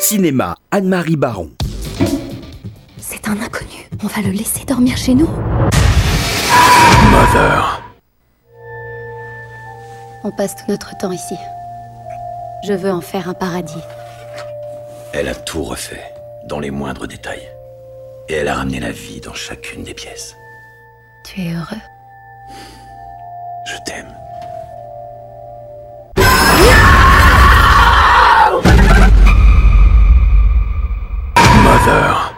Cinéma, Anne-Marie Baron. C'est un inconnu. On va le laisser dormir chez nous. Mother. On passe tout notre temps ici. Je veux en faire un paradis. Elle a tout refait, dans les moindres détails. Et elle a ramené la vie dans chacune des pièces. Tu es heureux? Je t'aime. Mother.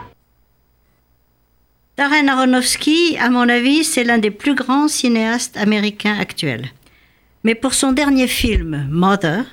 Darren Aronofsky, à mon avis, c'est l'un des plus grands cinéastes américains actuels. Mais pour son dernier film, Mother,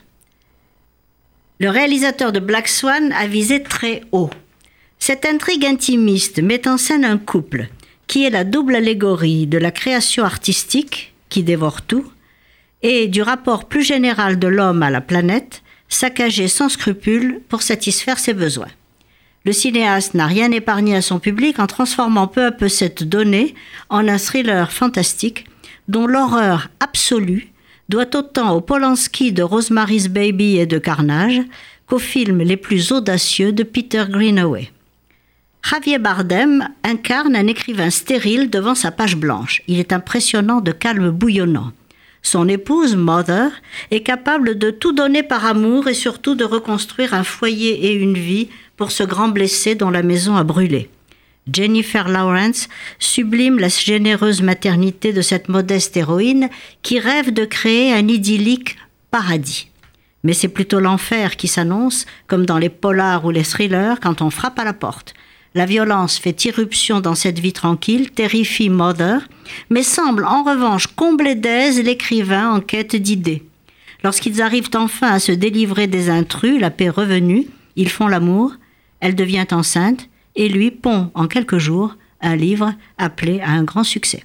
le réalisateur de Black Swan a visé très haut. Cette intrigue intimiste met en scène un couple qui est la double allégorie de la création artistique, qui dévore tout, et du rapport plus général de l'homme à la planète, saccagé sans scrupule pour satisfaire ses besoins. Le cinéaste n'a rien épargné à son public en transformant peu à peu cette donnée en un thriller fantastique dont l'horreur absolue doit autant au Polanski de Rosemary's Baby et de Carnage qu'aux films les plus audacieux de Peter Greenaway. Javier Bardem incarne un écrivain stérile devant sa page blanche. Il est impressionnant de calme bouillonnant. Son épouse, Mother, est capable de tout donner par amour et surtout de reconstruire un foyer et une vie pour ce grand blessé dont la maison a brûlé. Jennifer Lawrence sublime la généreuse maternité de cette modeste héroïne qui rêve de créer un idyllique paradis. Mais c'est plutôt l'enfer qui s'annonce, comme dans les polars ou les thrillers, quand on frappe à la porte. La violence fait irruption dans cette vie tranquille, terrifie Mother, mais semble en revanche combler d'aise l'écrivain en quête d'idées. Lorsqu'ils arrivent enfin à se délivrer des intrus, la paix revenue, ils font l'amour, elle devient enceinte, et lui pond en quelques jours un livre appelé à un grand succès.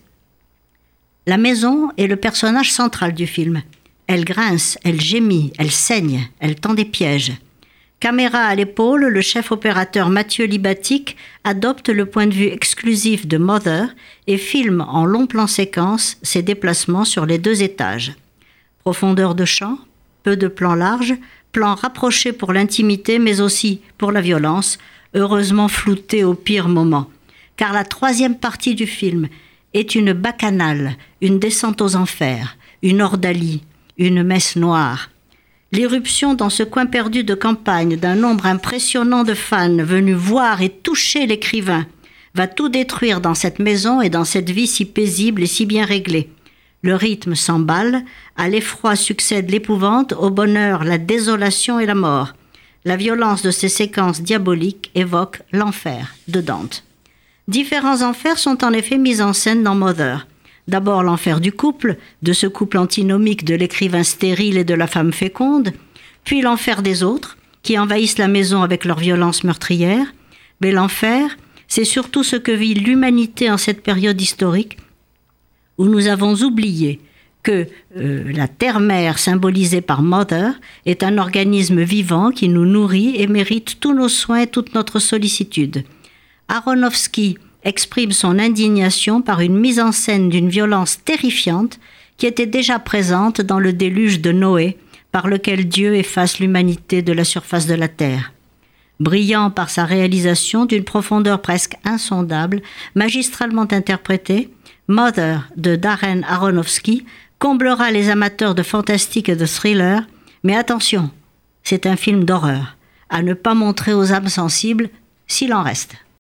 La maison est le personnage central du film. Elle grince, elle gémit, elle saigne, elle tend des pièges. Caméra à l'épaule, le chef opérateur Mathieu Libatique adopte le point de vue exclusif de Mother et filme en long plan séquence ses déplacements sur les 2 étages. Profondeur de champ, peu de plans larges, plans rapprochés pour l'intimité mais aussi pour la violence, heureusement floutés au pire moment. Car la 3e partie du film est une bacchanale, une descente aux enfers, une ordalie, une messe noire. L'irruption dans ce coin perdu de campagne d'un nombre impressionnant de fans venus voir et toucher l'écrivain va tout détruire dans cette maison et dans cette vie si paisible et si bien réglée. Le rythme s'emballe, à l'effroi succède l'épouvante, au bonheur la désolation et la mort. La violence de ces séquences diaboliques évoque l'enfer de Dante. Différents enfers sont en effet mis en scène dans Mother. D'abord l'enfer du couple, de ce couple antinomique de l'écrivain stérile et de la femme féconde, puis l'enfer des autres, qui envahissent la maison avec leur violence meurtrière. Mais l'enfer, c'est surtout ce que vit l'humanité en cette période historique, où nous avons oublié que la terre-mère symbolisée par Mother est un organisme vivant qui nous nourrit et mérite tous nos soins et toute notre sollicitude. Aronofsky exprime son indignation par une mise en scène d'une violence terrifiante qui était déjà présente dans le déluge de Noé, par lequel Dieu efface l'humanité de la surface de la terre. Brillant par sa réalisation d'une profondeur presque insondable, magistralement interprétée, Mother de Darren Aronofsky comblera les amateurs de fantastique et de thriller, mais attention, c'est un film d'horreur, à ne pas montrer aux âmes sensibles s'il en reste.